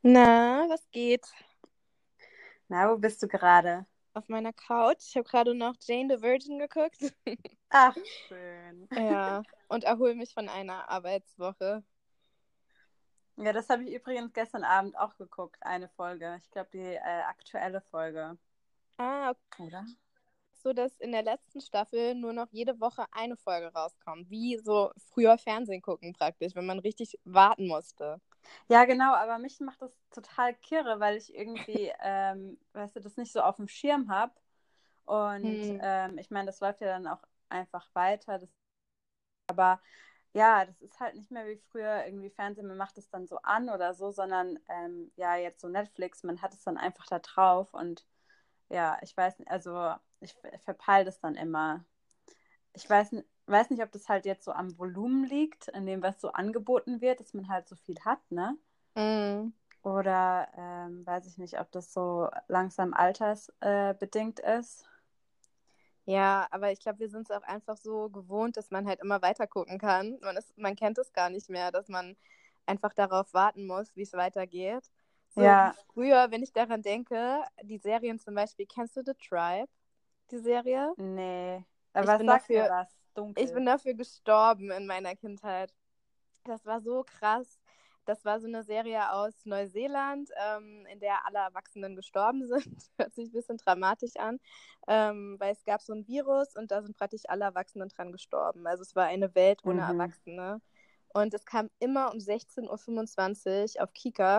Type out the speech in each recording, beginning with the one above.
Na, was geht? Na, wo bist du gerade? Auf meiner Couch. Ich habe gerade noch Jane the Virgin geguckt. Ach, schön. Ja, und erhole mich von einer Arbeitswoche. Ja, das habe ich übrigens gestern Abend auch geguckt, eine Folge. Ich glaube, die aktuelle Folge, Ah, okay. oder? So, dass in der letzten Staffel nur noch jede Woche eine Folge rauskommt. Wie so früher Fernsehen gucken praktisch, wenn man richtig warten musste. Ja, genau, aber mich macht das total kirre, weil ich irgendwie, weißt du, das nicht so auf dem Schirm habe. Und Hm. ich meine, das läuft ja dann auch einfach weiter. Aber ja, das ist halt nicht mehr wie früher irgendwie Fernsehen, man macht es dann so an oder so, sondern ja, jetzt so Netflix, man hat es dann einfach da drauf und ja, ich weiß nicht, also ich verpeile das dann immer. Ich weiß nicht, ob das halt jetzt so am Volumen liegt, in dem, was so angeboten wird, dass man halt so viel hat, ne? Hm. Oder weiß ich nicht, ob das so langsam altersbedingt ist. Ja, aber ich glaube, wir sind es auch einfach so gewohnt, dass man halt immer weiter gucken kann. Man kennt es gar nicht mehr, dass man einfach darauf warten muss, wie es weitergeht. So wie Ja, früher, wenn ich daran denke, die Serien zum Beispiel, kennst du The Tribe, die Serie? nee. Aber Ich was bin sagt mir dafür, was? ich Dunkel. bin dafür gestorben in meiner Kindheit. Das war so krass. Das war so eine Serie aus Neuseeland, in der alle Erwachsenen gestorben sind. Hört sich ein bisschen dramatisch an, weil es gab so ein Virus und da sind praktisch alle Erwachsenen dran gestorben. Also es war eine Welt ohne Mhm. Erwachsene. Und es kam immer um 16:25 Uhr auf Kika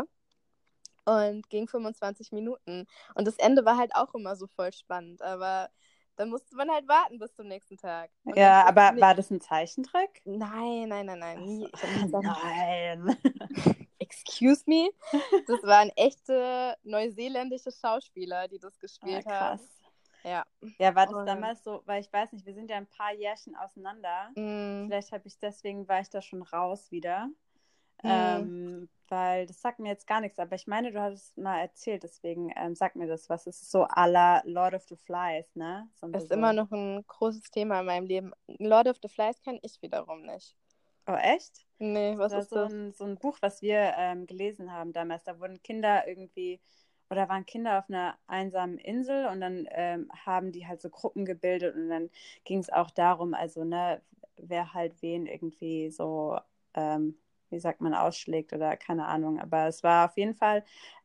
und ging 25 Minuten. Und das Ende war halt auch immer so voll spannend, aber dann musste man halt warten bis zum nächsten Tag. Und dann Ja, aber war das ein Zeichentrick? nein, nein, nein, nein, Ach so. nie. Ich habe nie Sachen. Nein. Excuse me? Das waren echte neuseeländische Schauspieler, die das Ah, gespielt haben. krass. Ja. Ja, war das Und, damals so, weil ich weiß nicht, wir sind ja ein paar Jährchen auseinander. mm, Vielleicht war ich da schon raus wieder. mm, Weil das sagt mir jetzt gar nichts, aber ich meine, du hattest mal erzählt, deswegen sag mir das was. Es ist so à la Lord of the Flies, ne? So ein ist immer bisschen. noch ein großes Thema in meinem Leben. Lord of the Flies kenne ich wiederum nicht. Oh, echt? Nee, Das was war ist das? so ein Buch, was wir gelesen haben damals. Da wurden Kinder irgendwie, oder waren Kinder auf einer einsamen Insel und dann haben die halt so Gruppen gebildet und dann ging es auch darum, also, ne, wer halt wen irgendwie so, wie sagt man, ausschlägt oder keine Ahnung. Aber es war auf jeden Fall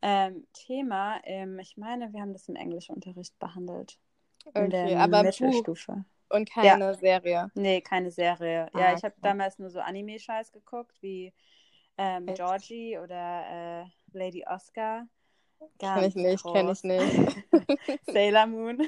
Thema ich meine, wir haben das im Englischunterricht behandelt, in der Okay, aber Buch Mittelstufe. und Ja, keine Serie. nee, keine Serie. Ja, Ah, ich habe okay. damals nur so Anime-Scheiß geguckt, wie Echt? Georgie oder Lady Oscar. Kenne ich Ganz nicht, kenne ich groß. nicht. Sailor Moon.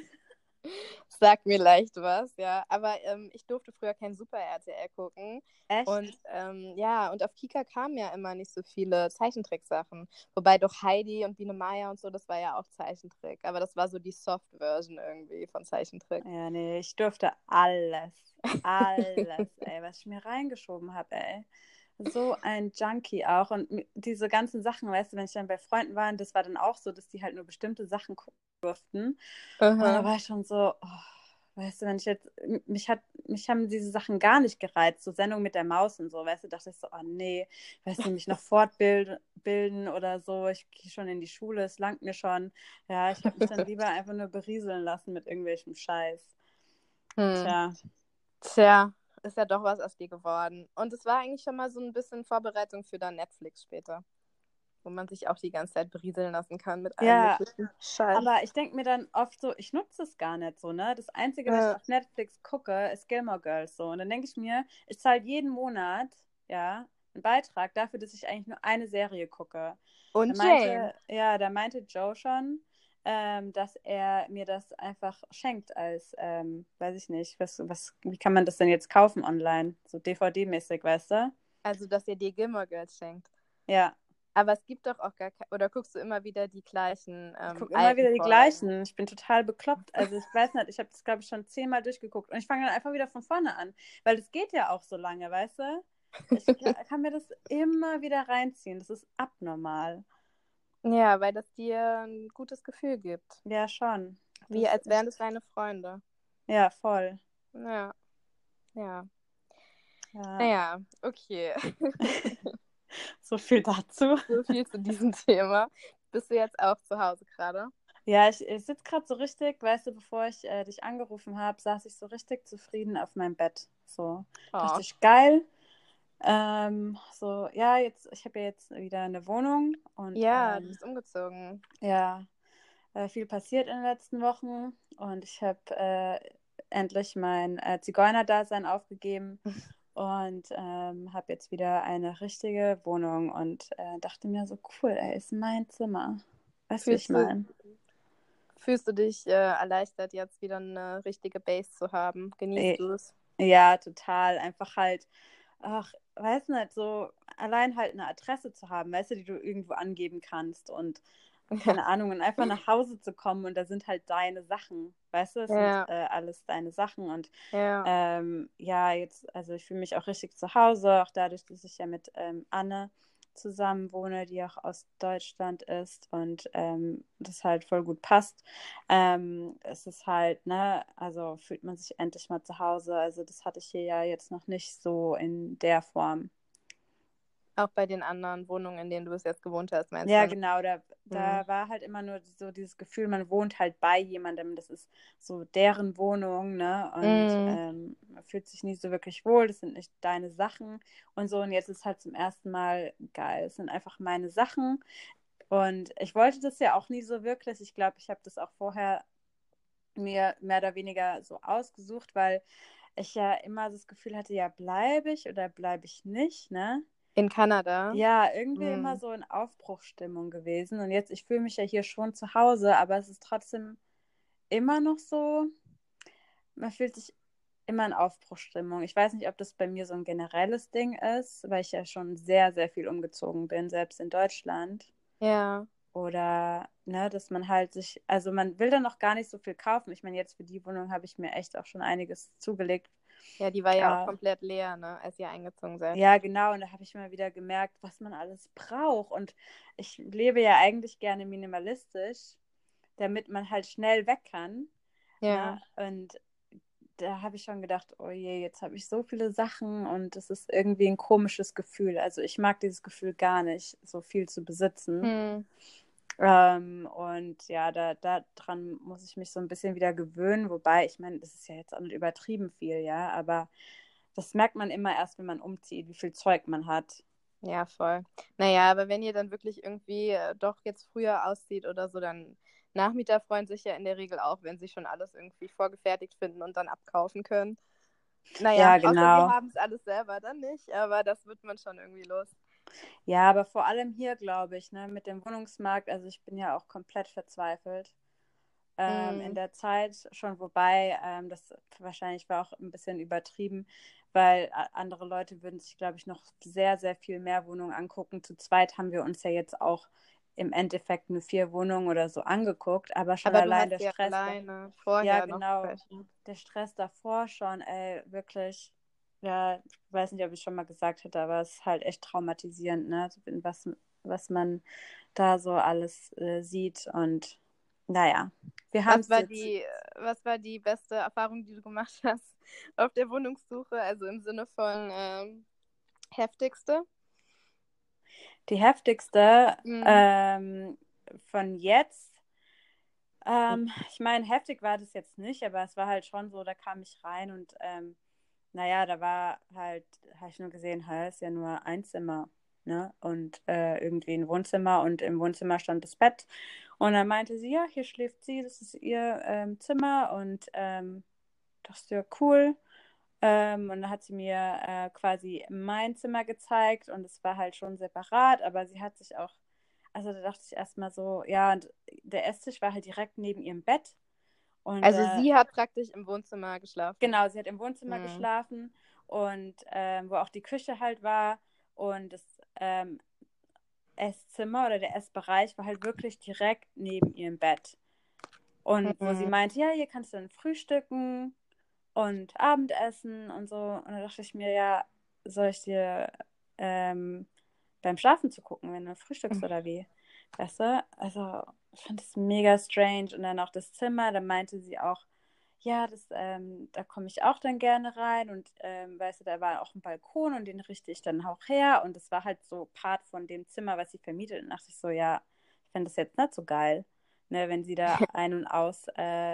Sagt mir leicht was, ja. Aber ich durfte früher kein Super RTL gucken. Echt? Und ja, und auf Kika kamen ja immer nicht so viele Zeichentricksachen. Wobei doch Heidi und Biene Maya und so, das war ja auch Zeichentrick. Aber das war so die Soft-Version irgendwie von Zeichentrick. Ja, nee, ich durfte alles. Alles, ey, was ich mir reingeschoben habe, ey. So ein Junkie auch. Und diese ganzen Sachen, weißt du, wenn ich dann bei Freunden war, und das war dann auch so, dass die halt nur bestimmte Sachen gucken durften. Und da Aha. war ich schon so, oh, weißt du, wenn ich jetzt, mich haben diese Sachen gar nicht gereizt, so Sendung mit der Maus und so, weißt du, dachte ich so, oh nee, weißt du, mich noch fortbilden oder so, ich gehe schon in die Schule, es langt mir schon. Ja, ich habe mich dann lieber einfach nur berieseln lassen mit irgendwelchem Scheiß. Hm. Tja, Tja, ist ja doch was aus dir geworden. Und es war eigentlich schon mal so ein bisschen Vorbereitung für dann Netflix später, wo man sich auch die ganze Zeit berieseln lassen kann mit allem ja, möglichen Scheiß. aber ich denke mir dann oft so, ich nutze es gar nicht so, ne? Das Einzige, was ich Ja. auf Netflix gucke, ist Gilmore Girls so. Und dann denke ich mir, ich zahle jeden Monat, ja, einen Beitrag dafür, dass ich eigentlich nur eine Serie gucke. Und Jane. Da meinte Joe schon, dass er mir das einfach schenkt als, weiß ich nicht, wie kann man das denn jetzt kaufen online? So DVD-mäßig, weißt du? Also, dass ihr dir Gilmore Girls schenkt. Ja. Aber es gibt doch auch gar keine, oder guckst du immer wieder die gleichen Ich gucke immer alten wieder die Folgen? gleichen. Ich bin total bekloppt. Also ich weiß nicht, ich habe das, glaube ich, schon 10-mal durchgeguckt. Und ich fange dann einfach wieder von vorne an. Weil das geht ja auch so lange, weißt du? Ich kann mir das immer wieder reinziehen. Das ist abnormal. Ja, weil das dir ein gutes Gefühl gibt. Ja, schon. Das Wie ist als wären es echt. deine Freunde. Ja, voll. Ja, ja. Ja. Naja, okay. So viel dazu. So viel zu diesem Thema. Bist du jetzt auch zu Hause gerade? Ja, ich sitze gerade so richtig, weißt du, bevor ich dich angerufen habe, saß ich so richtig zufrieden auf meinem Bett. So, dachte Oh. ich, geil. So, ja, ich habe ja jetzt wieder eine Wohnung und Ja, du bist umgezogen. ja, viel passiert in den letzten Wochen und ich habe endlich mein Zigeunerdasein aufgegeben und habe jetzt wieder eine richtige Wohnung und dachte mir so, cool, ey, ist mein Zimmer. Weißt du, wie ich Fühlst du, meine? fühlst du dich erleichtert, jetzt wieder eine richtige Base zu haben? Genießt du es? Ja, total. Einfach halt, ach, weiß nicht, so allein halt eine Adresse zu haben, weißt du, die du irgendwo angeben kannst und keine Ahnung, und einfach nach Hause zu kommen und da sind halt deine Sachen, weißt du, es sind Ja, alles deine Sachen und ja. ja, jetzt, also ich fühle mich auch richtig zu Hause, auch dadurch, dass ich ja mit Anne zusammen wohne, die auch aus Deutschland ist und das halt voll gut passt. Es ist halt, ne, also fühlt man sich endlich mal zu Hause. Also das hatte ich hier ja jetzt noch nicht so in der Form. Auch bei den anderen Wohnungen, in denen du bis jetzt gewohnt hast, meinst Ja, du? genau, Hm. da war halt immer nur so dieses Gefühl, man wohnt halt bei jemandem, das ist so deren Wohnung, ne? Und Hm. man fühlt sich nie so wirklich wohl, das sind nicht deine Sachen und so. Und jetzt ist halt zum ersten Mal geil. Es sind einfach meine Sachen. Und ich wollte das ja auch nie so wirklich. Ich glaube, ich habe das auch vorher mir mehr oder weniger so ausgesucht, weil ich ja immer das Gefühl hatte, ja, bleibe ich oder bleibe ich nicht, ne? In Kanada? Ja, irgendwie immer Hm. so in Aufbruchsstimmung gewesen. Und jetzt, ich fühle mich ja hier schon zu Hause, aber es ist trotzdem immer noch so, man fühlt sich immer in Aufbruchsstimmung. Ich weiß nicht, ob das bei mir so ein generelles Ding ist, weil ich ja schon sehr, sehr viel umgezogen bin, selbst in Deutschland. Ja. Oder, ne, dass man halt sich, also man will dann noch gar nicht so viel kaufen. Ich meine, jetzt für die Wohnung habe ich mir echt auch schon einiges zugelegt. Ja, die war ja auch Äh, komplett leer, ne, als ihr eingezogen seid. Ja, genau. Und da habe ich mal wieder gemerkt, was man alles braucht. Und ich lebe ja eigentlich gerne minimalistisch, damit man halt schnell weg kann. Ja. Ne? Und da habe ich schon gedacht, oh je, jetzt habe ich so viele Sachen und es ist irgendwie ein komisches Gefühl. Also ich mag dieses Gefühl gar nicht, so viel zu besitzen. Hm. Und ja, daran muss ich mich so ein bisschen wieder gewöhnen. Wobei, ich meine, das ist ja jetzt auch nicht übertrieben viel, ja, aber das merkt man immer erst, wenn man umzieht, wie viel Zeug man hat. Ja, voll. Naja, aber wenn ihr dann wirklich irgendwie doch jetzt früher auszieht oder so, dann Nachmieter freuen sich ja in der Regel auch, wenn sie schon alles irgendwie vorgefertigt finden und dann abkaufen können. Naja, Ja, außer sie genau. haben es alles selber, dann nicht, aber das wird man schon irgendwie los. Ja, aber vor allem hier, glaube ich, ne, mit dem Wohnungsmarkt, also ich bin ja auch komplett verzweifelt in Mm. der Zeit schon, wobei das wahrscheinlich war auch ein bisschen übertrieben, weil andere Leute würden sich, glaube ich, noch sehr, sehr viel mehr Wohnungen angucken. Zu zweit haben wir uns ja jetzt auch im Endeffekt nur 4 Wohnungen oder so angeguckt, aber schon Aber du allein hast der ja Stress da. alleine Ja, vorher noch genau. welche. Der Stress davor schon, ey, wirklich. Ja, ich weiß nicht, ob ich schon mal gesagt hätte, aber es ist halt echt traumatisierend, ne? Was man da so alles sieht. Und naja, wir haben Was es war jetzt. was war die beste Erfahrung, die du gemacht hast auf der Wohnungssuche? Also im Sinne von heftigste? Die heftigste Mm. von jetzt. Ich meine, heftig war das jetzt nicht, aber es war halt schon so, da kam ich rein und naja, da war halt, habe ich nur gesehen, ist ja nur ein Zimmer, ne? Und irgendwie ein Wohnzimmer und im Wohnzimmer stand das Bett. Und dann meinte sie, ja, hier schläft sie, das ist ihr Zimmer und das ist ja cool. Und dann hat sie mir quasi mein Zimmer gezeigt und es war halt schon separat, aber sie hat sich auch, also da dachte ich erstmal so, ja, und der Esstisch war halt direkt neben ihrem Bett. Und Also sie hat praktisch im Wohnzimmer geschlafen. genau, sie hat im Wohnzimmer Mm. geschlafen und wo auch die Küche halt war und das Esszimmer oder der Essbereich war halt wirklich direkt neben ihrem Bett. Und wo sie Mm. meinte, ja, hier kannst du dann frühstücken und Abendessen und so. Und da dachte ich mir, ja, soll ich dir beim Schlafen zu gucken, wenn du frühstückst oder wie? Weißt du? Also, ich fand das mega strange. Und dann auch das Zimmer, da meinte sie auch, ja, da komme ich auch dann gerne rein und weißt du, da war auch ein Balkon und den richte ich dann auch her und das war halt so Part von dem Zimmer, was sie vermietet und dachte ich so, ja, ich fände das jetzt nicht so geil, ne, wenn sie da ein- und aus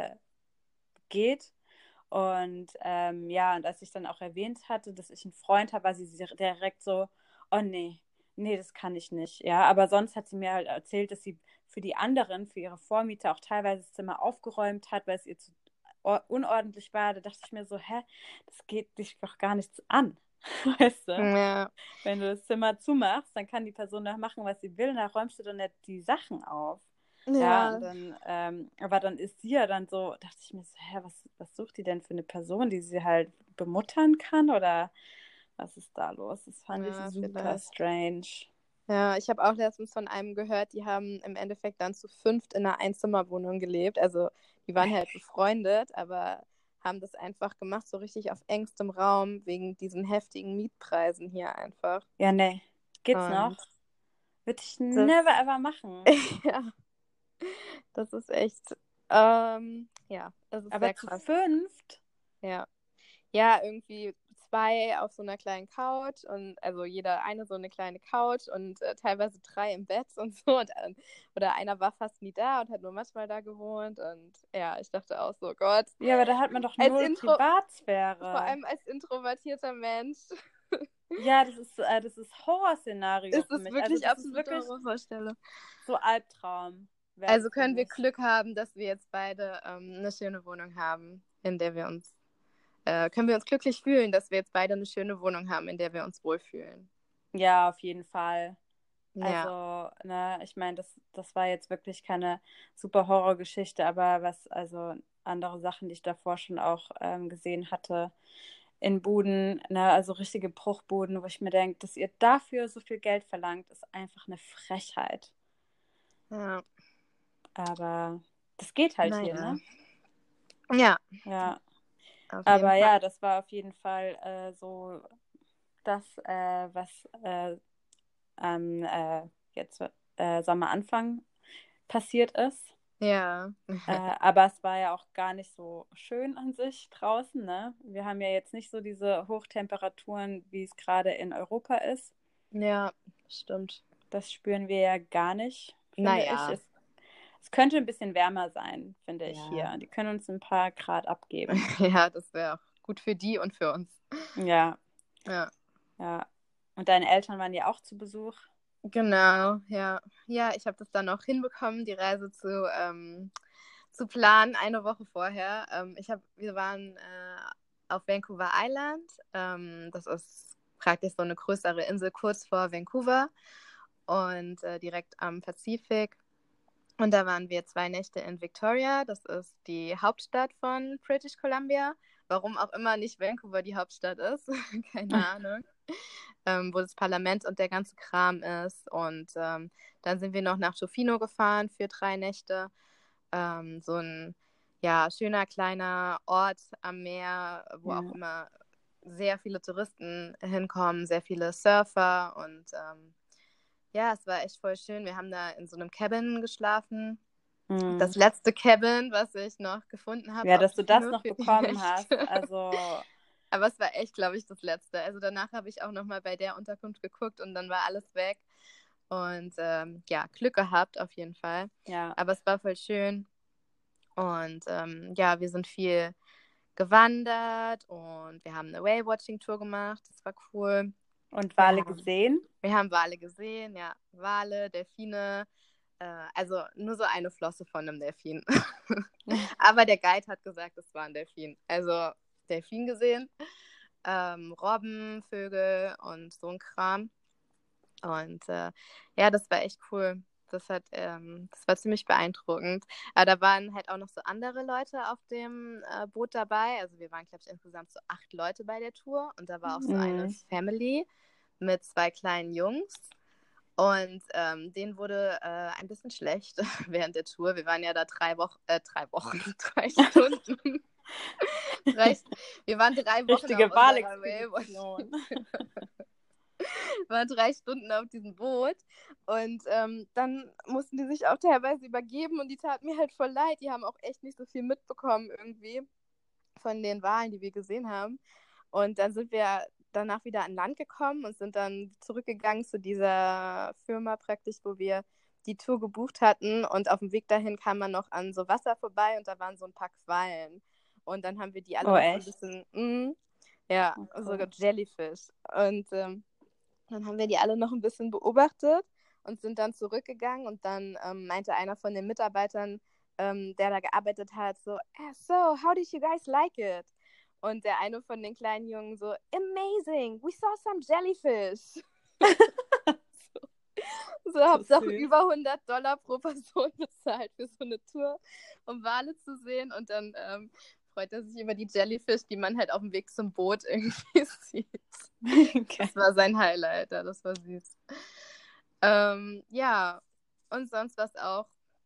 geht. Und ja, und als ich dann auch erwähnt hatte, dass ich einen Freund habe, war sie direkt so, oh nee, nee, das kann ich nicht. Ja, aber sonst hat sie mir halt erzählt, dass sie für die anderen, für ihre Vormieter auch teilweise das Zimmer aufgeräumt hat, weil es ihr zu unordentlich war. Da dachte ich mir so, hä, das geht dich doch gar nichts an. Weißt du? Ja, Wenn du das Zimmer zumachst, dann kann die Person da machen, was sie will, und da räumst du dann nicht die Sachen auf. Ja, und ja, dann, aber dann ist sie ja dann so, dachte ich mir so, hä, was sucht die denn für eine Person, die sie halt bemuttern kann? Oder was ist da los? Das fand ich ja, super vielleicht. strange. Ja, ich habe auch letztens von einem gehört, die haben im Endeffekt dann zu 5 in einer Einzimmerwohnung gelebt. Also die waren halt befreundet, aber haben das einfach gemacht, so richtig auf engstem Raum, wegen diesen heftigen Mietpreisen hier einfach. Ja, nee. Geht's Und noch? Würde ich das, never ever machen. ja, das ist echt, ja, es ist Aber sehr zu krass. fünft? Ja. Ja, irgendwie 2 auf so einer kleinen Couch und also jeder eine so eine kleine Couch und teilweise 3 im Bett und so. Oder einer war fast nie da und hat nur manchmal da gewohnt. Und ja, ich dachte auch so, Gott, Ja, aber da hat man doch als null Intro, vor Privatsphäre. allem als introvertierter Mensch, Ja, das ist Horrorszenario ist für es mich. Also wirklich das ist absolute wirklich Horrorvorstellung. so Albtraum wäre Also das für können wir mich. Glück haben, dass wir jetzt beide eine schöne Wohnung haben, in der wir uns, können wir uns glücklich fühlen, dass wir jetzt beide eine schöne Wohnung haben, in der wir uns wohlfühlen. Ja, auf jeden Fall. Ja. Also, ne, ich meine, das war jetzt wirklich keine super Horrorgeschichte, aber also andere Sachen, die ich davor schon auch gesehen hatte in Buden, ne, also richtige Bruchbuden, wo ich mir denke, dass ihr dafür so viel Geld verlangt, ist einfach eine Frechheit. Ja. Aber das geht halt hier, Naja. ne? Ja, Ja. auf jeden Aber Fall. ja, das war auf jeden Fall so das, was am jetzt Sommeranfang passiert ist. Ja. Aber es war ja auch gar nicht so schön an sich draußen, ne? Wir haben ja jetzt nicht so diese Hochtemperaturen, wie es gerade in Europa ist. Ja, stimmt. Das spüren wir ja gar nicht, finde ich. Naja. Es könnte ein bisschen wärmer sein, finde ich Ja. hier. Die können uns ein paar Grad abgeben. Ja, das wäre auch gut für die und für uns. Ja, Ja. ja. Und deine Eltern waren ja auch zu Besuch. Genau, ja. Ja, ich habe das dann auch hinbekommen, die Reise zu planen, eine Woche vorher. Wir waren auf Vancouver Island. Das ist praktisch so eine größere Insel kurz vor Vancouver und direkt am Pazifik. Und da waren wir 2 Nächte in Victoria. Das ist die Hauptstadt von British Columbia. Warum auch immer nicht Vancouver die Hauptstadt ist. Keine Ahnung. Wo das Parlament und der ganze Kram ist. Und dann sind wir noch nach Tofino gefahren für 3 Nächte. So ein ja, schöner kleiner Ort am Meer, wo auch Ja. immer sehr viele Touristen hinkommen, sehr viele Surfer und ja, es war echt voll schön. Wir haben da in so einem Cabin geschlafen. Hm. Das letzte Cabin, was ich noch gefunden habe Ja, auf dass du das Tofino noch für die bekommen hast. Nächte. Also, Aber es war echt, glaube ich, das letzte. Also danach habe ich auch nochmal bei der Unterkunft geguckt und dann war alles weg. Und ja, Glück gehabt auf jeden Fall. ja. Aber es war voll schön. Und ja, wir sind viel gewandert und wir haben eine Whale-Watching-Tour gemacht. Das war cool. Und Wir Wale haben, gesehen? wir haben Wale gesehen, ja. Wale, Delfine. Also nur so eine Flosse von einem Delfin. Aber der Guide hat gesagt, es war ein Delfin. Also Delfin gesehen, Robben, Vögel und so ein Kram. Und ja, das war echt cool. Das war ziemlich beeindruckend. Aber da waren halt auch noch so andere Leute auf dem Boot dabei. Also wir waren, glaube ich, insgesamt so 8 Leute bei der Tour. Und da war auch so eine Mhm. Family mit 2 kleinen Jungs. Und denen wurde ein bisschen schlecht während der Tour. Wir waren ja da 3 Wochen, 3 Stunden. Wir waren 3 Wochen auf Richtige unserer Whale-Watching. Walexpedition. Wir waren 3 Stunden auf diesem Boot. Und dann mussten die sich auch teilweise übergeben. Und die taten mir halt voll leid. Die haben auch echt nicht so viel mitbekommen irgendwie. von den Walen, die wir gesehen haben. Und dann sind wir danach wieder an Land gekommen und sind dann zurückgegangen zu dieser Firma praktisch, wo wir die Tour gebucht hatten. Und auf dem Weg dahin kam man noch an so Wasser vorbei und da waren so ein paar Quallen. Und dann haben wir die alle Oh, noch so ein echt? bisschen, ja, Oh, sogar cool. Jellyfish. Und dann haben wir die alle noch ein bisschen beobachtet und sind dann zurückgegangen. Und dann meinte einer von den Mitarbeitern, der da gearbeitet hat, so, so, how did you guys like it? Und der eine von den kleinen Jungen so, amazing, we saw some jellyfish. So, So hab's auch süß. über $100 pro Person bezahlt für so eine Tour, um Wale zu sehen. Und dann freut er sich über die Jellyfish, die man halt auf dem Weg zum Boot irgendwie sieht. Okay. Das war sein Highlight, ja, das war süß. Ja, und sonst war es auch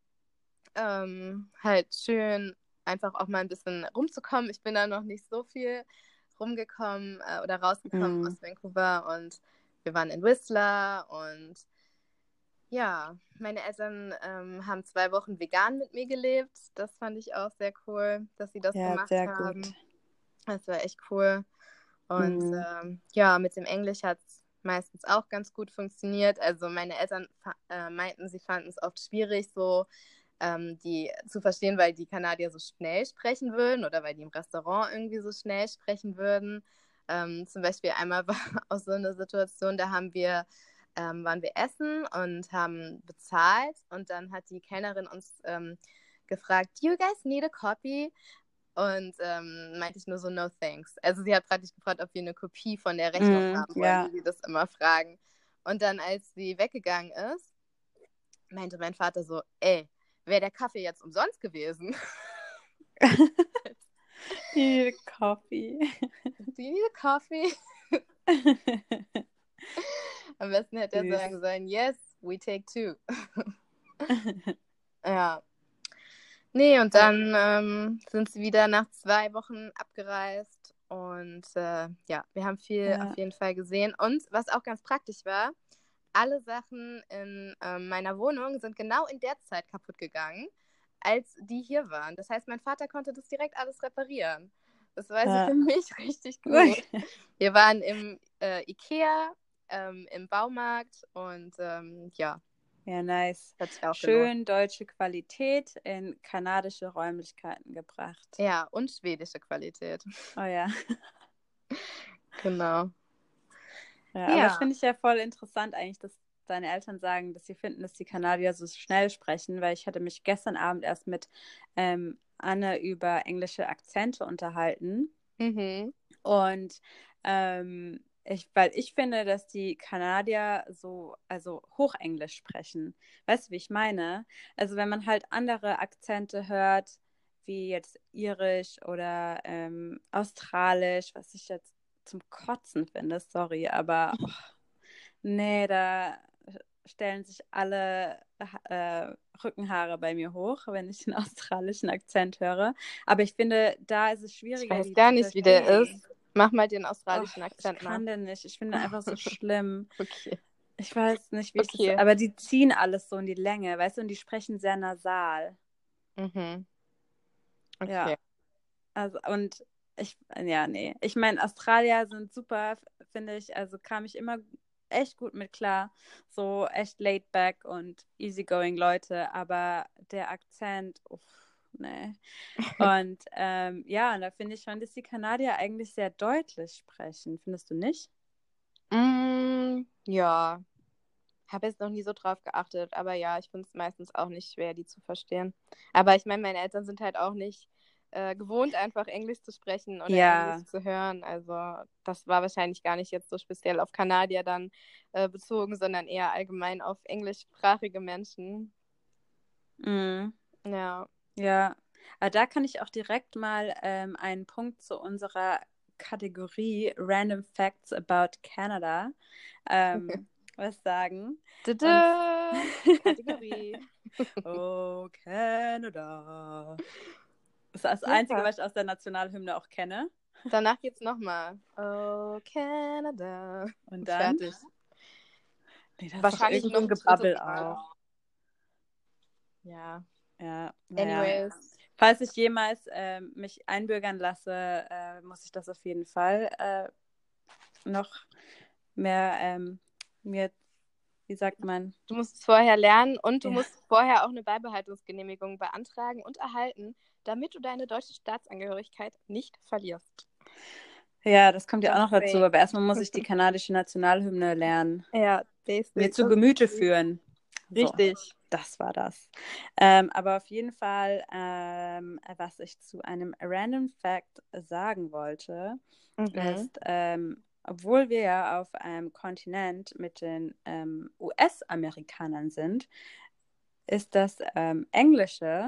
halt schön, einfach auch mal ein bisschen rumzukommen. Ich bin da noch nicht so viel rumgekommen oder rausgekommen aus Vancouver und wir waren in Whistler und ja, meine Eltern haben 2 Wochen vegan mit mir gelebt. Das fand ich auch sehr cool, dass sie das Ja, gemacht sehr haben. gut. Das war echt cool. Und ja, mit dem Englisch hat es meistens auch ganz gut funktioniert. Also meine Eltern meinten, sie fanden es oft schwierig, so die zu verstehen, weil die Kanadier so schnell sprechen würden oder weil die im Restaurant irgendwie so schnell sprechen würden. Zum Beispiel einmal war auch so eine Situation, da waren wir essen und haben bezahlt und dann hat die Kellnerin uns gefragt, do you guys need a copy? Und meinte ich nur so, no thanks. Also sie hat praktisch gefragt, ob wir eine Kopie von der Rechnung haben wollen, Ja. wie sie das immer fragen. Und dann, als sie weggegangen ist, meinte mein Vater so, ey, wäre der Kaffee jetzt umsonst gewesen? You need a coffee. Do you need a coffee? Am besten hätte er Süß. sagen sollen, yes, we take 2. Ja. Nee, und dann sind sie wieder nach 2 Wochen abgereist und ja, wir haben viel auf jeden Fall gesehen. Und was auch ganz praktisch war, alle Sachen in meiner Wohnung sind genau in der Zeit kaputt gegangen, als die hier waren. Das heißt, mein Vater konnte das direkt alles reparieren. Das war also für mich richtig gut. Wir waren im Ikea, im Baumarkt und ja. Ja, nice. Hat sich auch Schön gelohnt. deutsche Qualität in kanadische Räumlichkeiten gebracht. Ja, und schwedische Qualität. Oh ja. Genau. Ja, aber das finde ich ja voll interessant eigentlich, dass deine Eltern sagen, dass sie finden, dass die Kanadier so schnell sprechen, weil ich hatte mich gestern Abend erst mit Anne über englische Akzente unterhalten. Und weil ich finde, dass die Kanadier also Hochenglisch sprechen. Weißt du, wie ich meine? Also wenn man halt andere Akzente hört, wie jetzt Irisch oder Australisch, was ich jetzt zum Kotzen finde, sorry, aber nee, da stellen sich alle Rückenhaare bei mir hoch, wenn ich den australischen Akzent höre. Aber ich finde, da ist es schwieriger, ich weiß gar nicht, wie der ist. Mach mal den australischen Akzent ich kann den nicht. Ich finde einfach so schlimm. Okay. Ich weiß nicht, wie ich das... Aber die ziehen alles so in die Länge, weißt du? Und die sprechen sehr nasal. Okay. Ja. Also, und nee. Ich meine, Australier sind super, finde ich. Also kam ich immer echt gut mit klar. So echt laid back und easygoing Leute. Aber der Akzent, nee. Und ja, und da finde ich schon, dass die Kanadier eigentlich sehr deutlich sprechen. Findest du nicht? Ja. Habe jetzt noch nie so drauf geachtet, aber ja, ich finde es meistens auch nicht schwer, die zu verstehen. Aber ich meine, meine Eltern sind halt auch nicht gewohnt, einfach Englisch zu sprechen oder Englisch zu hören. Also das war wahrscheinlich gar nicht jetzt so speziell auf Kanadier dann bezogen, sondern eher allgemein auf englischsprachige Menschen. Ja. Ja, aber da kann ich auch direkt mal einen Punkt zu unserer Kategorie Random Facts about Canada was sagen. Kategorie. Oh, Canada. Das ist das Einzige, was ich aus der Nationalhymne auch kenne. Danach geht's nochmal. Oh, Canada. Und dann? Fertig. Nee, das wahrscheinlich ist doch noch Gebabbel auch. Ja. Ja, naja. Anyways. Falls ich jemals mich einbürgern lasse, muss ich das auf jeden Fall noch mehr mir, wie sagt man? Du musst es vorher lernen und du Ja. musst vorher auch eine Beibehaltungsgenehmigung beantragen und erhalten, damit du deine deutsche Staatsangehörigkeit nicht verlierst. Ja, das kommt ja auch Just noch dazu, saying. aber erstmal muss ich die kanadische Nationalhymne lernen. Ja, Mir basic. zu Gemüte führen. So, Richtig. das war das. Aber auf jeden Fall, was ich zu einem Random Fact sagen wollte, Mhm. ist, obwohl wir ja auf einem Kontinent mit den US-Amerikanern sind, ist das Englische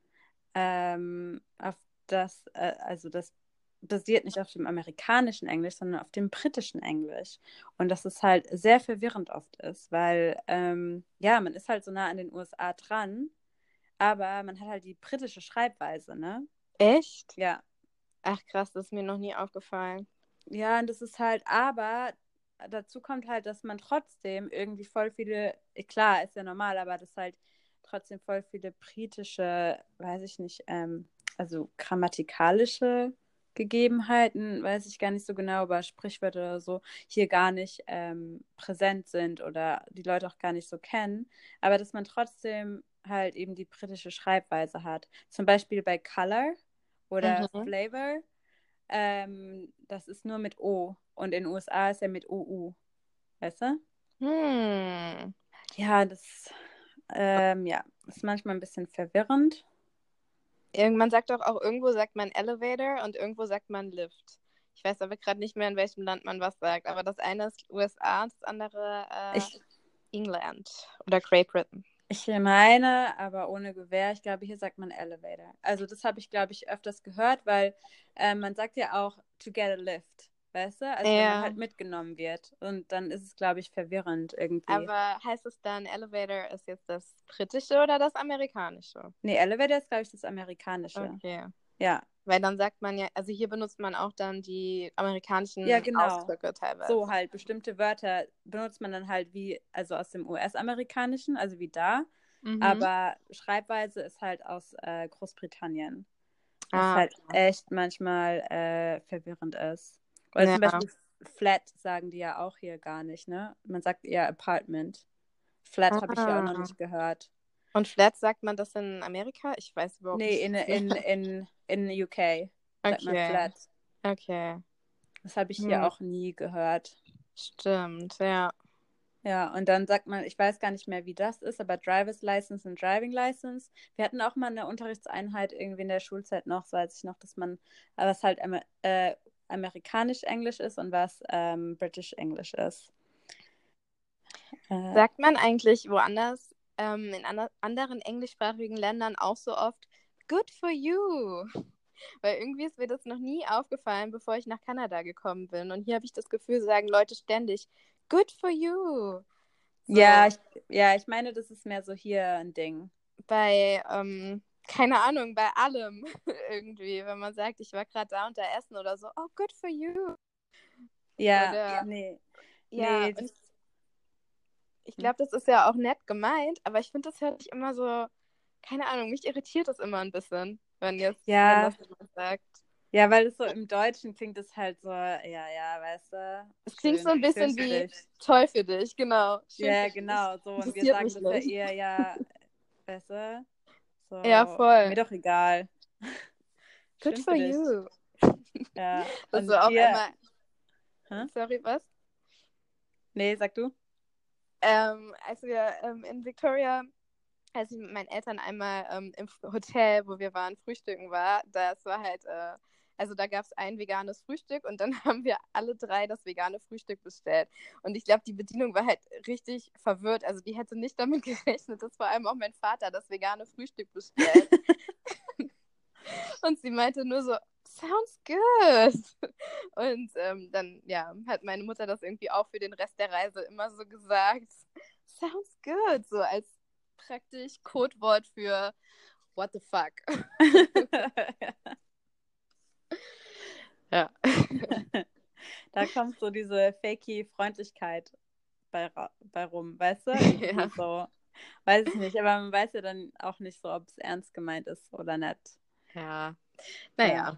auf also das basiert nicht auf dem amerikanischen Englisch, sondern auf dem britischen Englisch. Und dass es halt sehr verwirrend oft ist, weil ja, man ist halt so nah an den USA dran, aber man hat halt die britische Schreibweise, ne? Echt? Ja. Ach krass, das ist mir noch nie aufgefallen. Ja, und das ist halt, aber dazu kommt halt, dass man trotzdem irgendwie voll viele, klar, ist ja normal, aber das halt trotzdem voll viele britische, weiß ich nicht, also grammatikalische Gegebenheiten, weiß ich gar nicht so genau, aber Sprichwörter oder so, hier gar nicht präsent sind oder die Leute auch gar nicht so kennen, aber dass man trotzdem halt eben die britische Schreibweise hat. Zum Beispiel bei Color oder Mhm. Flavor. Das ist nur mit O. Und in den USA ist er mit OU. Weißt du? Hm. Ja, ja, ist manchmal ein bisschen verwirrend. Man sagt doch auch, irgendwo sagt man Elevator und irgendwo sagt man Lift. Ich weiß aber gerade nicht mehr, in welchem Land man was sagt. Aber das eine ist USA und das andere Ich, England oder Great Britain. ich meine, aber ohne Gewehr, ich glaube, hier sagt man Elevator. Also das habe ich, glaube ich, öfters gehört, weil man sagt ja auch to get a lift. Weißt du? Also wenn man Ja, halt mitgenommen wird. Und dann ist es, glaube ich, verwirrend irgendwie. aber heißt es dann, Elevator ist jetzt das britische oder das amerikanische? Nee, Elevator ist, glaube ich, das amerikanische. Okay. Ja. Weil dann sagt man ja, also hier benutzt man auch dann die Ja, amerikanischen genau. Ausdrücke teilweise. So halt, bestimmte Wörter benutzt man dann halt wie, also aus dem US-amerikanischen, also wie da, Mhm. aber Schreibweise ist halt aus Großbritannien. Was Ah, halt echt manchmal verwirrend ist. Oder zum ja. Beispiel Flat sagen die ja auch hier gar nicht, ne? Man sagt eher Apartment. Flat habe ich hier auch noch Ah. nicht gehört. Und Flat sagt man das in Amerika? Ich weiß überhaupt Nee, nicht. in UK sagt man Okay, Flat. okay. Das habe ich hier Hm. auch nie gehört. Stimmt, ja. Ja, und dann sagt man, ich weiß gar nicht mehr, wie das ist, aber Driver's License und Driving License. Wir hatten auch mal eine Unterrichtseinheit irgendwie in der Schulzeit noch, so weiß ich noch, dass man, was halt amerikanisch-englisch ist und was british-englisch ist. Äh, Sagt man eigentlich woanders, in anderen englischsprachigen Ländern auch so oft, good for you? Weil irgendwie ist mir das noch nie aufgefallen, bevor ich nach Kanada gekommen bin. Und hier habe ich das Gefühl, sagen Leute ständig, good for you. So ja, ich meine, das ist mehr so hier ein Ding. bei, keine Ahnung, bei allem irgendwie. Wenn man sagt, ich war gerade da und da essen oder so, oh, good for you. Ja, Oder nee, ja, nee, und das, ich hm. glaube, das ist ja auch nett gemeint, aber ich finde, das hört sich immer so, keine Ahnung, mich irritiert das immer ein bisschen, wenn Ja, das jemand sagt. ja, weil es so im Deutschen klingt es halt so, ja, weißt du, Es klingt so ein schön bisschen für wie dich. toll für dich, genau. Schön für Ja, dich. genau, so. Und wir Interessiert sagen mich das ja nicht. eher, ja, besser. Ja, So, voll. mir doch egal. Good Schön for für dich. you. Ja, Das und war auch hier, einmal, hä? sorry, was? Nee, sag du? Als wir in Victoria, als ich mit meinen Eltern einmal im Hotel, wo wir waren, frühstücken war, das war halt, also da gab es ein veganes Frühstück und dann haben wir alle drei das vegane Frühstück bestellt. Und ich glaube, die Bedienung war halt richtig verwirrt. Also die hätte nicht damit gerechnet, dass vor allem auch mein Vater das vegane Frühstück bestellt. Und sie meinte nur so, sounds good. Und dann, ja, hat meine Mutter das irgendwie auch für den Rest der Reise immer so gesagt. Sounds good, so als praktisch Codewort für what the fuck. Ja. Da kommt so diese fakey Freundlichkeit bei rum, weißt du? Irgendwie Ja. so. Weiß ich nicht, aber man weiß ja dann auch nicht so, ob es ernst gemeint ist oder nicht. Ja, Ja, naja.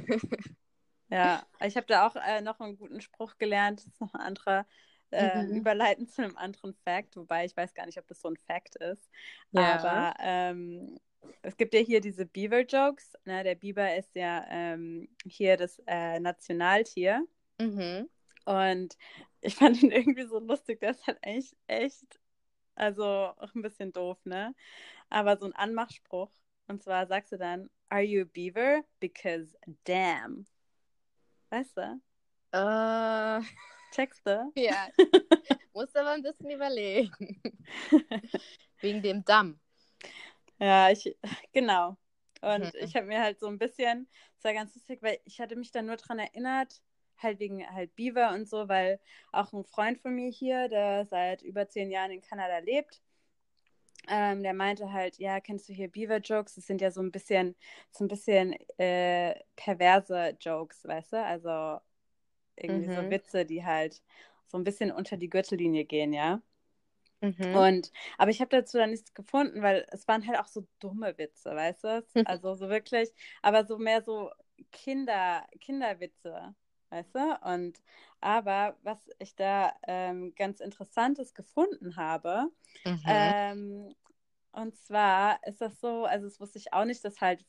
ja. Ich habe da auch noch einen guten Spruch gelernt. Das ist noch ein anderer, Mhm. überleiten zu einem anderen Fact, wobei ich weiß gar nicht, ob das so ein Fact ist. Ja. Aber es gibt ja hier diese Beaver-Jokes. Ne? Der Biber ist ja hier das Nationaltier. Mhm. Und ich fand ihn irgendwie so lustig. Der ist halt eigentlich echt, also auch ein bisschen doof, ne? Aber so ein Anmachspruch. Und zwar sagst du dann, Are you a beaver? Because damn. Weißt du? Äh, Checkst du? ja, musst aber ein bisschen überlegen. Wegen dem Damm. Ja, genau. Und Mhm. ich habe mir halt so ein bisschen, das war ganz lustig, weil ich hatte mich dann nur dran erinnert, halt wegen halt Beaver und so, weil auch ein Freund von mir hier, der seit über 10 Jahren in Kanada lebt, der meinte halt, ja, kennst du hier Beaver-Jokes? Das sind ja so ein bisschen perverse Jokes, weißt du? Also irgendwie so Mhm. Witze, die halt so ein bisschen unter die Gürtellinie gehen, ja. Mhm. Aber ich habe dazu dann nichts gefunden, weil es waren halt auch so dumme Witze, weißt du? Also so wirklich, aber so mehr so Kinderwitze, weißt du? Aber was ich da ganz Interessantes gefunden habe, Mhm. ähm, und zwar ist das so, also das wusste ich auch nicht, dass halt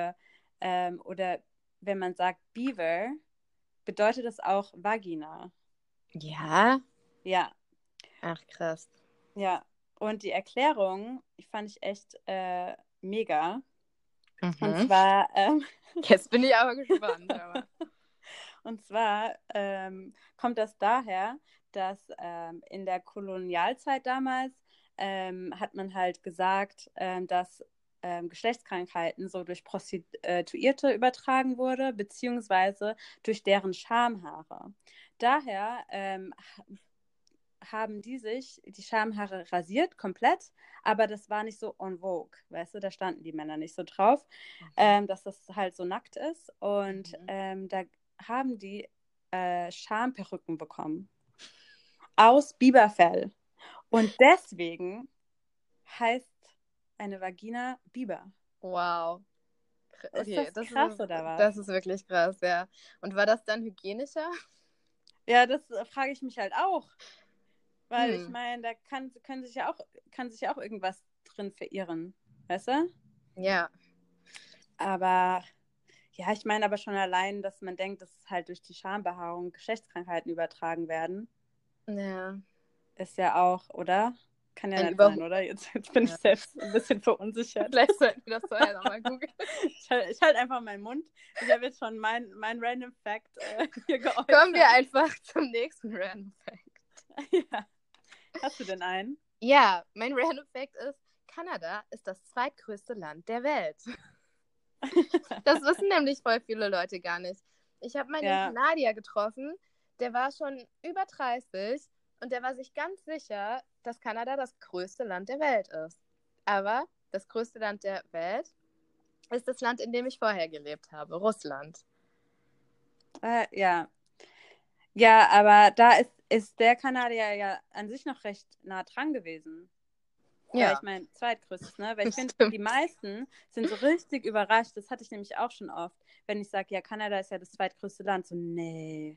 oder wenn man sagt Beaver, bedeutet das auch Vagina. Ja. Ja, Ach, krass. ja. Und die Erklärung, die fand ich echt mega. Und Mhm. zwar, Jetzt bin ich aber gespannt. Aber. und zwar kommt das daher, dass in der Kolonialzeit damals hat man halt gesagt, dass Geschlechtskrankheiten so durch Prostituierte übertragen wurde, beziehungsweise durch deren Schamhaare. Daher haben die sich die Schamhaare rasiert, komplett, aber das war nicht so en vogue, weißt du, da standen die Männer nicht so drauf, dass das halt so nackt ist und Mhm. da haben die Schamperücken bekommen aus Biberfell und deswegen heißt eine Vagina Biber. Wow. Ist Okay, das krass oder was? das ist wirklich krass, ja. Und war das dann hygienischer? Ja, das frage ich mich halt auch, weil ich Hm. meine, da kann sich ja auch irgendwas drin verirren, weißt du? Ja. Aber ja, ich meine aber schon allein, dass man denkt, dass halt durch die Schambehaarung Geschlechtskrankheiten übertragen werden, Ja. ist ja auch, oder? Kann ja Ein nicht sein, Überhol. oder? Jetzt bin ich Ja. selbst ein bisschen verunsichert. Vielleicht sollten wir das vorher nochmal googeln. Ich halt einfach meinen Mund. Ich habe jetzt schon mein Random Fact hier Kommen wir geäußert. einfach zum nächsten Random Fact. Ja. Hast du denn einen? Ja, mein Random Fact ist, Kanada ist das zweitgrößte Land der Welt. Das wissen nämlich voll viele Leute gar nicht. Ich habe mal den Ja, Kanadier getroffen, der war schon über 30 und der war sich ganz sicher, dass Kanada das größte Land der Welt ist. Aber das größte Land der Welt ist das Land, in dem ich vorher gelebt habe, Russland. ja. Ja, aber da ist der Kanadier ja an sich noch recht nah dran gewesen. Weil ich Ja, meine, zweitgrößtes, ne? Weil ich finde, stimmt. die meisten sind so richtig überrascht. Das hatte ich nämlich auch schon oft, wenn ich sage, ja, Kanada ist ja das zweitgrößte Land. So, nee,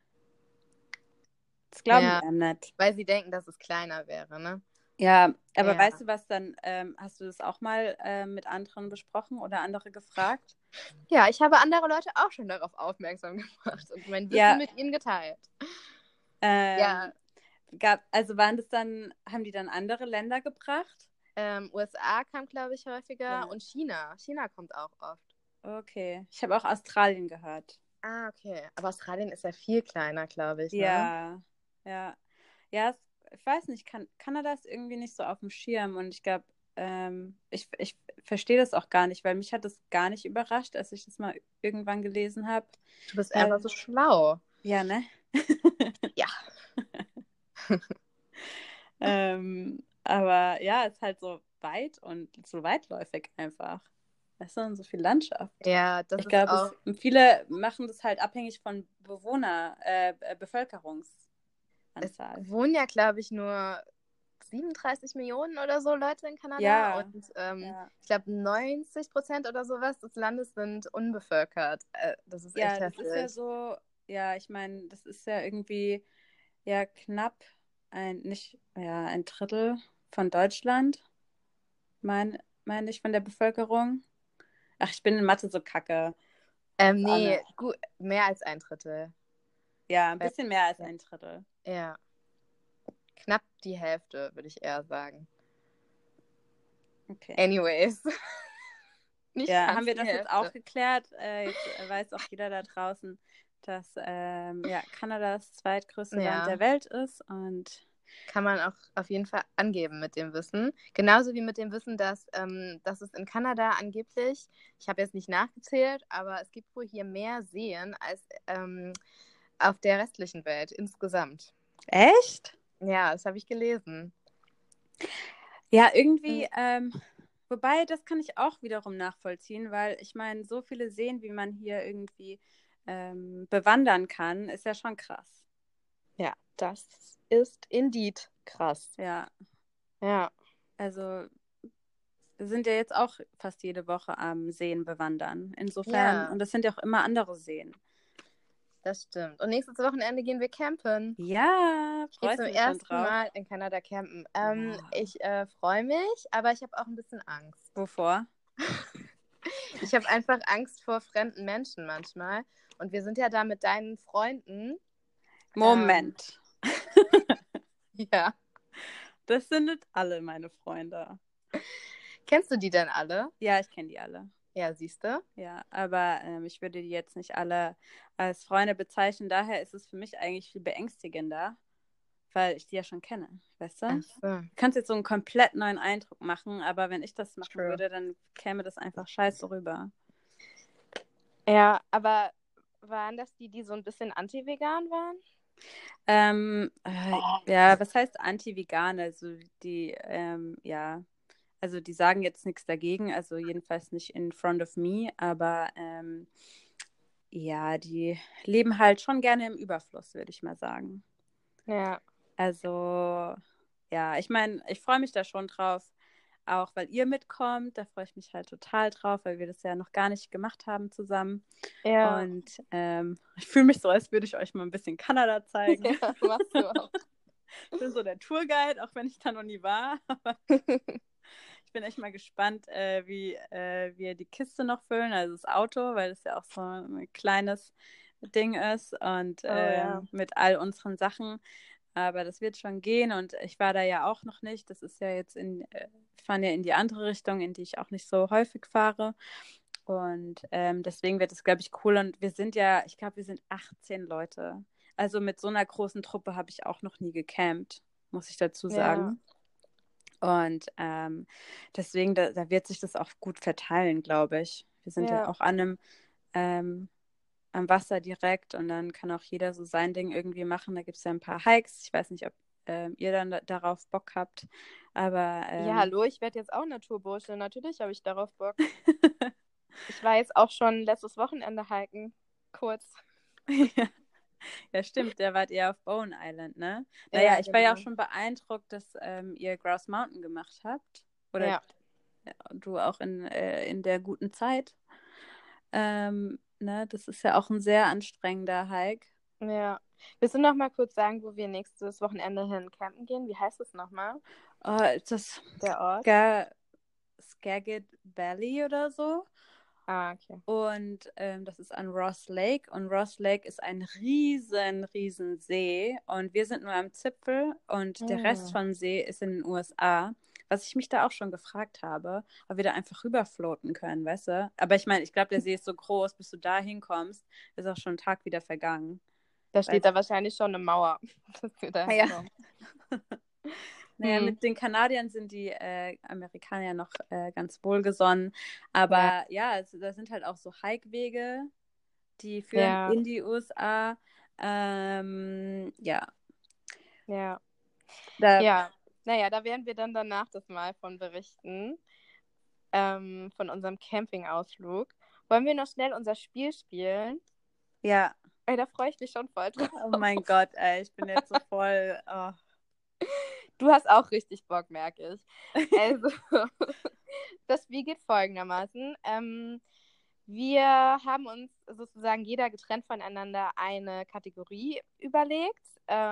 das glauben die Ja, einem nicht. weil sie denken, dass es kleiner wäre, ne? Ja, aber Ja. weißt du was dann, hast du das auch mal mit anderen besprochen oder andere gefragt? Ja, ich habe andere Leute auch schon darauf aufmerksam gemacht und mein Wissen Ja, mit ihnen geteilt. Ja, ähm, also haben die dann andere Länder gebracht? USA kam, glaube ich, häufiger Ja. und China. China kommt auch oft. Okay. Ich habe auch Australien gehört. Ah, okay. Aber Australien ist ja viel kleiner, glaube ich, ne? Ja, ja. Ja, ich weiß nicht, Kanada ist irgendwie nicht so auf dem Schirm und ich glaube, ich verstehe das auch gar nicht, weil mich hat das gar nicht überrascht, als ich das mal irgendwann gelesen habe. Du bist einfach Weil, so schlau. ja, ne? Ja. Aber ja, es ist halt so weit und so weitläufig einfach. Weißt du, und so viel Landschaft. Ja, das Ich ist glaube, auch. viele machen das halt abhängig von Es Bevölkerungsanzahl. wohnen ja, glaube ich, nur. 37 Millionen oder so Leute in Kanada Ja, und ja. ich glaube 90% oder sowas des Landes sind unbevölkert. Das ist echt Ja, das ist ja heftig. so, ja, ich meine, das ist ja irgendwie ja knapp nicht, ja, ein Drittel von Deutschland, meine ich, von der Bevölkerung. Ach, ich bin in Mathe so kacke. Ist auch Nee, eine, gut, mehr als ein Drittel. ja, ein Weil- bisschen mehr als ein Drittel. Ja, knapp die Hälfte, würde ich eher sagen. Okay. Anyways, nicht Ja, haben ganz wir die das jetzt auch Hälfte. geklärt? Jetzt weiß auch jeder da draußen, dass ja, Kanada das zweitgrößte Land Ja, der Welt ist. Und kann man auch auf jeden Fall angeben mit dem Wissen. Genauso wie mit dem Wissen, dass es in Kanada angeblich, ich habe jetzt nicht nachgezählt, aber es gibt wohl hier mehr Seen als auf der restlichen Welt insgesamt. echt? Ja, das habe ich gelesen. Ja, irgendwie, wobei, das kann ich auch wiederum nachvollziehen, weil ich meine, so viele Seen, wie man hier irgendwie bewandern kann, ist ja schon krass. Ja, das ist indeed krass. Ja, Ja, also wir sind ja jetzt auch fast jede Woche am Seen bewandern. Insofern, ja, und das sind ja auch immer andere Seen. das stimmt. Und nächstes Wochenende gehen wir campen. Ja, Ich gehe freust zum du dich schon ersten drauf? Mal in Kanada campen. Wow. Ich freue mich, aber ich habe auch ein bisschen Angst. Wovor? Ich habe einfach Angst vor fremden Menschen manchmal. Und wir sind ja da mit deinen Freunden. Moment. Ja. Das sind nicht alle meine Freunde. Kennst du die denn alle? Ja, ich kenne die alle. Ja, siehst du? Ja, aber ich würde die jetzt nicht alle als Freunde bezeichnen. Daher ist es für mich eigentlich viel beängstigender, weil ich die ja schon kenne, weißt du? Ach so, Du kannst jetzt so einen komplett neuen Eindruck machen, aber wenn ich das machen true. würde, dann käme das einfach scheiße rüber. Ja, aber waren das die, die so ein bisschen anti-vegan waren? Ja, was heißt anti-vegan? Also ja, also die sagen jetzt nichts dagegen, also jedenfalls nicht in front of me, aber ja, die leben halt schon gerne im Überfluss, würde ich mal sagen. Ja, Also, ja, ich meine, ich freue mich da schon drauf, auch weil ihr mitkommt. Da freue ich mich halt total drauf, weil wir das ja noch gar nicht gemacht haben zusammen. ja, Und ich fühle mich so, als würde ich euch mal ein bisschen Kanada zeigen. ja, machst du auch. Ich bin so der Tourguide, auch wenn ich da noch nie war. Aber ich bin echt mal gespannt, wie wir die Kiste noch füllen, also das Auto, weil das ja auch so ein kleines Ding ist und Oh ja. mit all unseren Sachen. Aber das wird schon gehen und ich war da ja auch noch nicht. Das ist ja jetzt wir fahren ja in die andere Richtung, in die ich auch nicht so häufig fahre. Und deswegen wird es, glaube ich, cool. Und wir sind ja, ich glaube, wir sind 18 Leute. Also mit so einer großen Truppe habe ich auch noch nie gecampt, muss ich dazu Ja, sagen. Und deswegen, da wird sich das auch gut verteilen, glaube ich. Wir sind ja ja. auch ähm, am Wasser direkt und dann kann auch jeder so sein Ding irgendwie machen. Da gibt es ja ein paar Hikes. Ich weiß nicht, ob ihr dann darauf Bock habt, aber Ja, hallo, ich werde jetzt auch Naturbursche. Natürlich habe ich darauf Bock. Ich war jetzt auch schon letztes Wochenende hiken. Kurz. ja. Ja, stimmt, der wart eher auf Bowen Island, ne? Naja, Ja, ich war ja auch genau. schon beeindruckt, dass ihr Grouse Mountain gemacht habt. Oder Ja, du auch in der guten Zeit. Ne, das ist ja auch ein sehr anstrengender Hike. ja. Willst du noch mal kurz sagen, wo wir nächstes Wochenende hin campen gehen? Wie heißt es nochmal, Ist das der Ort? Skagit Valley oder so? Ah, okay. Und das ist an Ross Lake. Und Ross Lake ist ein riesen See. Und wir sind nur am Zipfel und der Rest Hm. vom See ist in den USA. Was ich mich da auch schon gefragt habe, ob wir da einfach rüberfloaten können, weißt du? Aber ich meine, ich glaube, der See ist so groß, bis du da hinkommst, ist auch schon ein Tag wieder vergangen. Da steht Weißt da wahrscheinlich schon eine Mauer, dass wir da du? Ja. hinkommen. Naja, Hm. mit den Kanadiern sind die Amerikaner noch ganz wohlgesonnen. Ja, Aber ja, da sind halt auch so Hikewege, die führen ja, in die USA. Ja, ja. da, Ja, naja, da werden wir dann danach das Mal von berichten, von unserem Campingausflug. Wollen wir noch schnell unser Spiel spielen? ja, Ey, da freue ich mich schon voll drauf. oh mein Gott, ey, ich bin jetzt so voll. Oh. Du hast auch richtig Bock, merke ich. Also, das Spiel geht folgendermaßen. Wir haben uns sozusagen jeder getrennt voneinander eine Kategorie überlegt.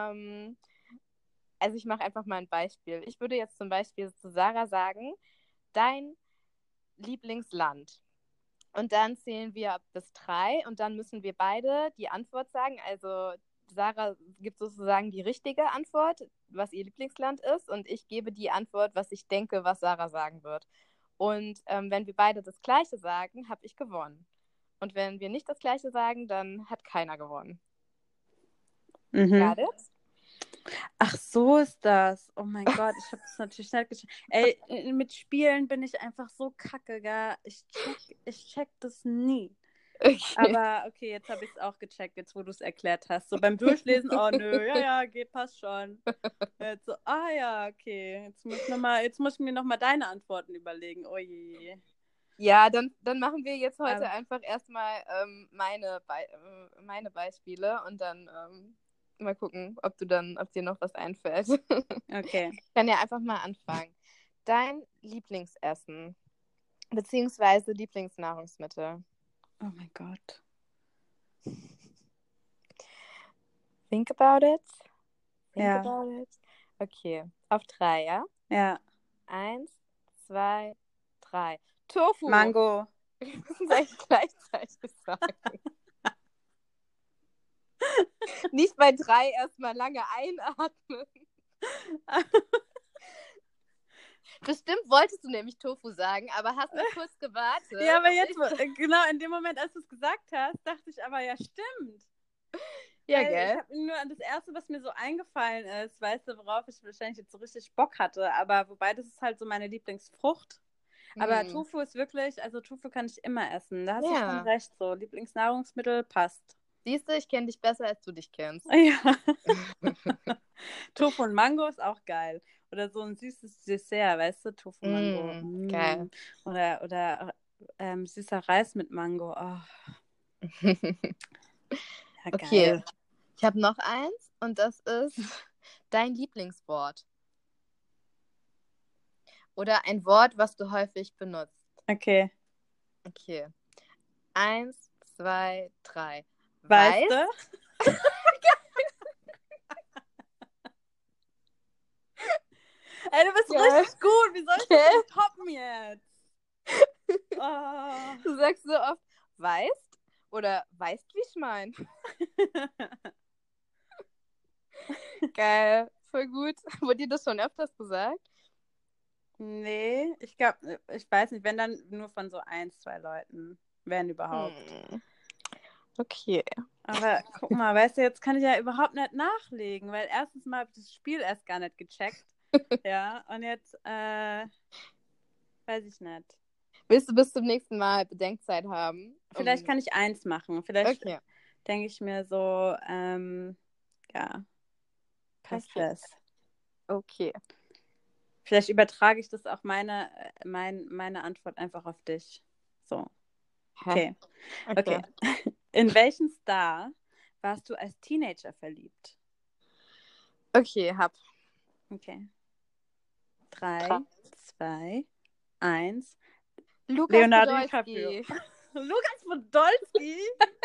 Also ich mache einfach mal ein Beispiel. Ich würde jetzt zum Beispiel zu Sarah sagen, dein Lieblingsland. Und dann zählen wir bis 3 und dann müssen wir beide die Antwort sagen. Also Sarah gibt sozusagen die richtige Antwort, was ihr Lieblingsland ist, und ich gebe die Antwort, was ich denke, was Sarah sagen wird. Und wenn wir beide das Gleiche sagen, habe ich gewonnen. Und wenn wir nicht das Gleiche sagen, dann hat keiner gewonnen. Got it? Ach, so ist das. Oh mein Gott, ich habe das natürlich nicht gecheckt. Ey, mit Spielen bin ich einfach so kacke, gell? Ich check das nie. Okay. Aber okay, jetzt habe ich es auch gecheckt, jetzt wo du es erklärt hast. So beim Durchlesen, oh nö, ja, geht, passt schon. Jetzt so, ja, okay. Jetzt muss ich mir nochmal deine Antworten überlegen. Oh je. Ja, dann machen wir jetzt heute einfach erstmal meine Beispiele und dann mal gucken, ob dir noch was einfällt. Okay. Ich kann ja einfach mal anfangen. Dein Lieblingsessen beziehungsweise Lieblingsnahrungsmittel. Oh mein Gott. Think about it. Ja. About it. Okay, auf 3, ja? Ja. 1, 2, 3. Tofu. Mango. Wir müssen es eigentlich gleichzeitig sagen. Nicht bei 3 erstmal lange einatmen. Bestimmt wolltest du nämlich Tofu sagen, aber hast nur kurz gewartet. Ja, aber jetzt, genau in dem Moment, als du es gesagt hast, dachte ich aber, ja, stimmt. Ja, gell? Ich habe nur an das Erste, was mir so eingefallen ist, weißt du, worauf ich wahrscheinlich jetzt so richtig Bock hatte, aber wobei, das ist halt so meine Lieblingsfrucht. Aber Tofu ist wirklich, also Tofu kann ich immer essen. Da hast du schon recht, so Lieblingsnahrungsmittel passt. Siehst du, ich kenne dich besser, als du dich kennst. Ja. Tofu und Mango ist auch geil. Oder so ein süßes Dessert, weißt du, Tofu-Mango. Geil. Oder süßer Reis mit Mango. Oh. Ja, okay, geil. Ich habe noch eins und das ist dein Lieblingswort. Oder ein Wort, was du häufig benutzt. Okay. 1, 2, 3. Weißt du? Ey, du bist richtig gut. Wie soll ich das toppen jetzt? Oh. Du sagst so oft, weißt? Oder weißt, wie ich mein? Geil, voll gut. Wurde dir das schon öfters gesagt? Nee, ich glaube, ich weiß nicht, wenn dann nur von so 1, 2 Leuten, wenn überhaupt. Okay. Aber guck mal, weißt du, jetzt kann ich ja überhaupt nicht nachlegen, weil erstens mal habe ich das Spiel erst gar nicht gecheckt. Ja, und jetzt, weiß ich nicht. Willst du bis zum nächsten Mal Bedenkzeit haben? Vielleicht kann ich 1 machen. Vielleicht denke ich mir so, ja, passt das. Okay. Vielleicht übertrage ich das auch meine Antwort einfach auf dich. So. Okay. In welchen Star warst du als Teenager verliebt? Okay, hab. Okay. 3, 2, 1. Leonardo DiCaprio. Lukas Podolski?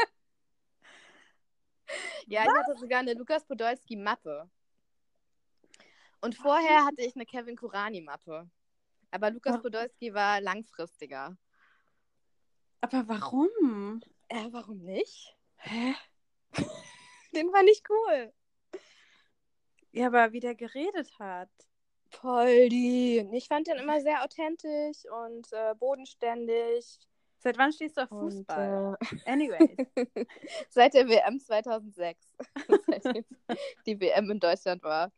Ja, ich hatte sogar eine Lukas Podolski-Mappe. Und vorher hatte ich eine Kevin Kurani-Mappe. Aber Lukas Podolski war langfristiger. Aber warum? Warum nicht? Hä? Den fand ich cool. Ja, aber wie der geredet hat. Voll die. Ich fand den immer sehr authentisch und bodenständig. Seit wann stehst du auf Fußball? Anyways. Seit der WM 2006. Seitdem die WM in Deutschland war.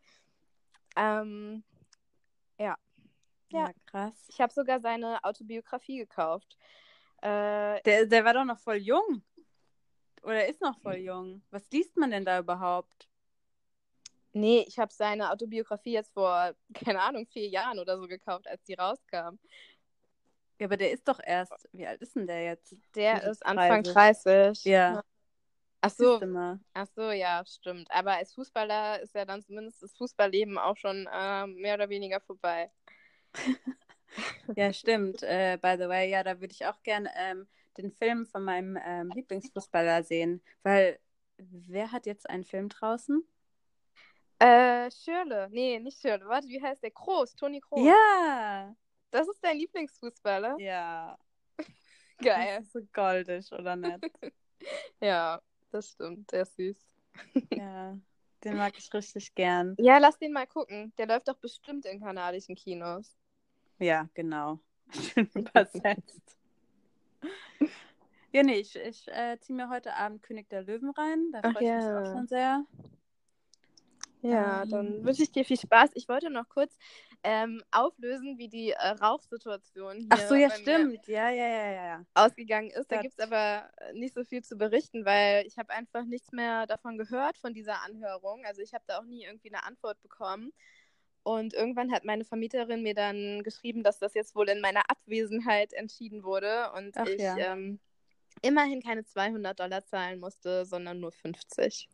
Ja, krass. Ich habe sogar seine Autobiografie gekauft. Der war doch noch voll jung. Oder ist noch voll jung. Was liest man denn da überhaupt? Nee, ich habe seine Autobiografie jetzt vor, keine Ahnung, 4 Jahren oder so gekauft, als die rauskam. Ja, aber der ist doch erst, wie alt ist denn der jetzt? Der ist Anfang 30. Ja. Ach Siehst so, du mal. ach so, ja, stimmt. Aber als Fußballer ist ja dann zumindest das Fußballleben auch schon mehr oder weniger vorbei. Ja, stimmt. By the way, ja, da würde ich auch gern den Film von meinem Lieblingsfußballer sehen. Weil, wer hat jetzt einen Film draußen? Schürrle. Nee, nicht Schürrle. Warte, wie heißt der? Kroos, Toni Kroos. Ja, Das ist dein Lieblingsfußballer? ja, das Geil. ist so goldig, oder nicht? Ja, das stimmt. Der ist süß. Ja, den mag ich richtig gern. Ja, lass den mal gucken. Der läuft doch bestimmt in kanadischen Kinos. Ja, genau. Schön übersetzt. Ja, nee, ich ziehe mir heute Abend König der Löwen rein. Da Ach freue ich mich auch ja. schon sehr. Ja, dann wünsche ich dir viel Spaß. Ich wollte noch kurz auflösen, wie die Rauchsituation Ach so, hier ja, bei mir stimmt. Ja. ausgegangen ist. Da Gott. gibt es aber nicht so viel zu berichten, weil ich habe einfach nichts mehr davon gehört, von dieser Anhörung. Also ich habe da auch nie irgendwie eine Antwort bekommen. Und irgendwann hat meine Vermieterin mir dann geschrieben, dass das jetzt wohl in meiner Abwesenheit entschieden wurde und Ach ich ja, immerhin keine $200 zahlen musste, sondern nur 50.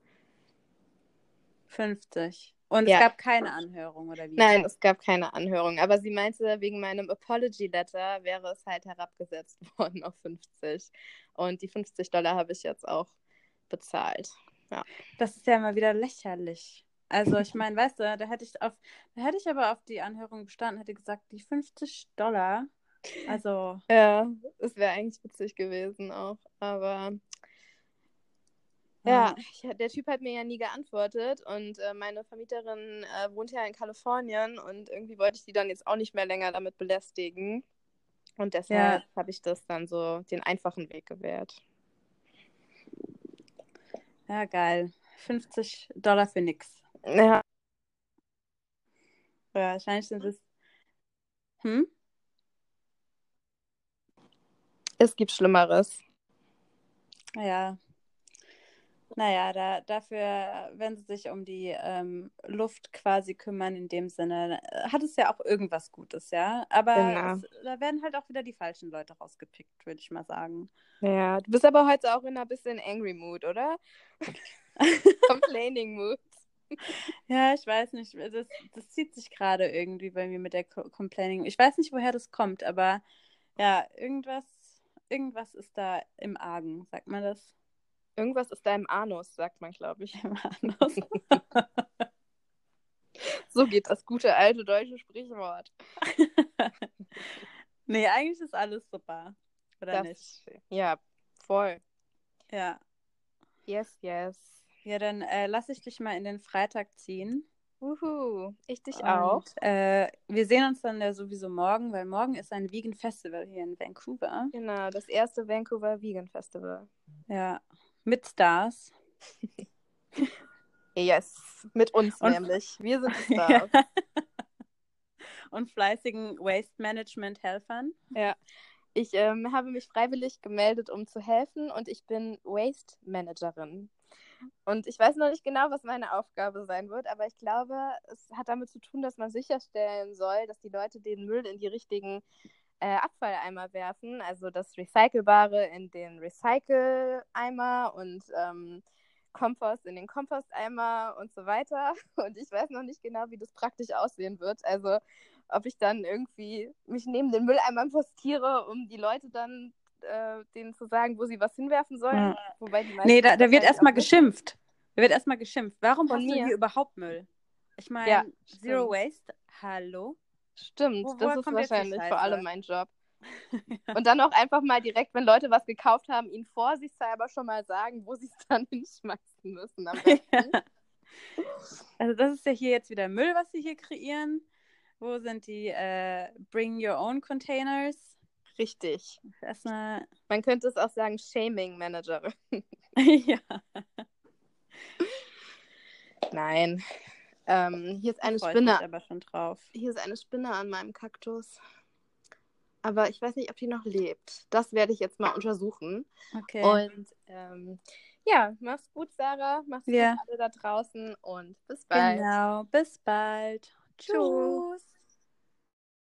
50. Und es Ja, gab keine Anhörung, oder wie? nein, es gab keine Anhörung. Aber sie meinte, wegen meinem Apology Letter wäre es halt herabgesetzt worden auf 50. Und die $50 habe ich jetzt auch bezahlt. Ja. Das ist ja mal wieder lächerlich. Also ich meine, weißt du, da hätte ich aber auf die Anhörung bestanden, hätte gesagt, die $50. Also, Ja, es wäre eigentlich witzig gewesen auch. Aber ja, der Typ hat mir ja nie geantwortet und meine Vermieterin wohnt ja in Kalifornien und irgendwie wollte ich die dann jetzt auch nicht mehr länger damit belästigen. Und deshalb ja, habe ich das dann so den einfachen Weg gewählt. ja, geil. $50 für nix. Ja, Ja, wahrscheinlich sind es. Hm? es gibt Schlimmeres. Naja. Naja, dafür, wenn sie sich um die Luft quasi kümmern, in dem Sinne, hat es ja auch irgendwas Gutes, ja. Aber Genau. da werden halt auch wieder die falschen Leute rausgepickt, würde ich mal sagen. Ja, du bist aber heute auch in einer bisschen Angry Mood, oder? Complaining Mood. Ja, ich weiß nicht. Das zieht sich gerade irgendwie bei mir mit der Complaining. Ich weiß nicht, woher das kommt, aber ja, irgendwas ist da im Argen, sagt man das? Irgendwas ist da im Anus, sagt man, glaube ich. Im Anus. So geht das gute alte deutsche Sprichwort. Nee, eigentlich ist alles super. Oder Das, nicht? ja, voll. Ja. Yes, yes. Ja, dann lass ich dich mal in den Freitag ziehen. Ich dich auch. Und wir sehen uns dann ja sowieso morgen, weil morgen ist ein Vegan Festival hier in Vancouver. Genau, das erste Vancouver Vegan Festival. Ja, mit Stars. Yes, mit uns Und, nämlich. Wir sind die ja. Stars. Und fleißigen Waste Management Helfern. Ja, ich habe mich freiwillig gemeldet, um zu helfen und ich bin Waste Managerin. Und ich weiß noch nicht genau, was meine Aufgabe sein wird, aber ich glaube, es hat damit zu tun, dass man sicherstellen soll, dass die Leute den Müll in die richtigen Abfalleimer werfen, also das Recycelbare in den Recyceleimer und Kompost in den Komposteimer und so weiter. Und ich weiß noch nicht genau, wie das praktisch aussehen wird. Also ob ich dann irgendwie mich neben den Mülleimern postiere, um die Leute dann denen zu sagen, wo sie was hinwerfen sollen. Ja. Wobei die Nee, meisten da wird wahrscheinlich erstmal auch wissen. geschimpft. Da wird erstmal geschimpft. Warum Von hast du mir. hier überhaupt Müll? Ich Ja, meine, Zero stimmt. Waste, hallo? Stimmt, das Woher ist kommt jetzt die wahrscheinlich vor allem Scheiße? mein Job. Und dann auch einfach mal direkt, wenn Leute was gekauft haben, ihnen vorsichtshalber schon mal sagen, wo sie es dann hinschmeißen müssen am besten. Also das ist ja hier jetzt wieder Müll, was sie hier kreieren. Wo sind die Bring Your Own Containers? Richtig. Erstmal. Man könnte es auch sagen, Shaming Managerin. Ja. Nein. Hier ist eine Da freue ich mich Spinne. aber schon drauf. Hier ist eine Spinne an meinem Kaktus. Aber ich weiß nicht, ob die noch lebt. Das werde ich jetzt mal untersuchen. Okay. Und ja, mach's gut, Sarah. Mach's Ja. gut alle da draußen und bis bald. Genau. Bis bald. Tschüss. Tschüss.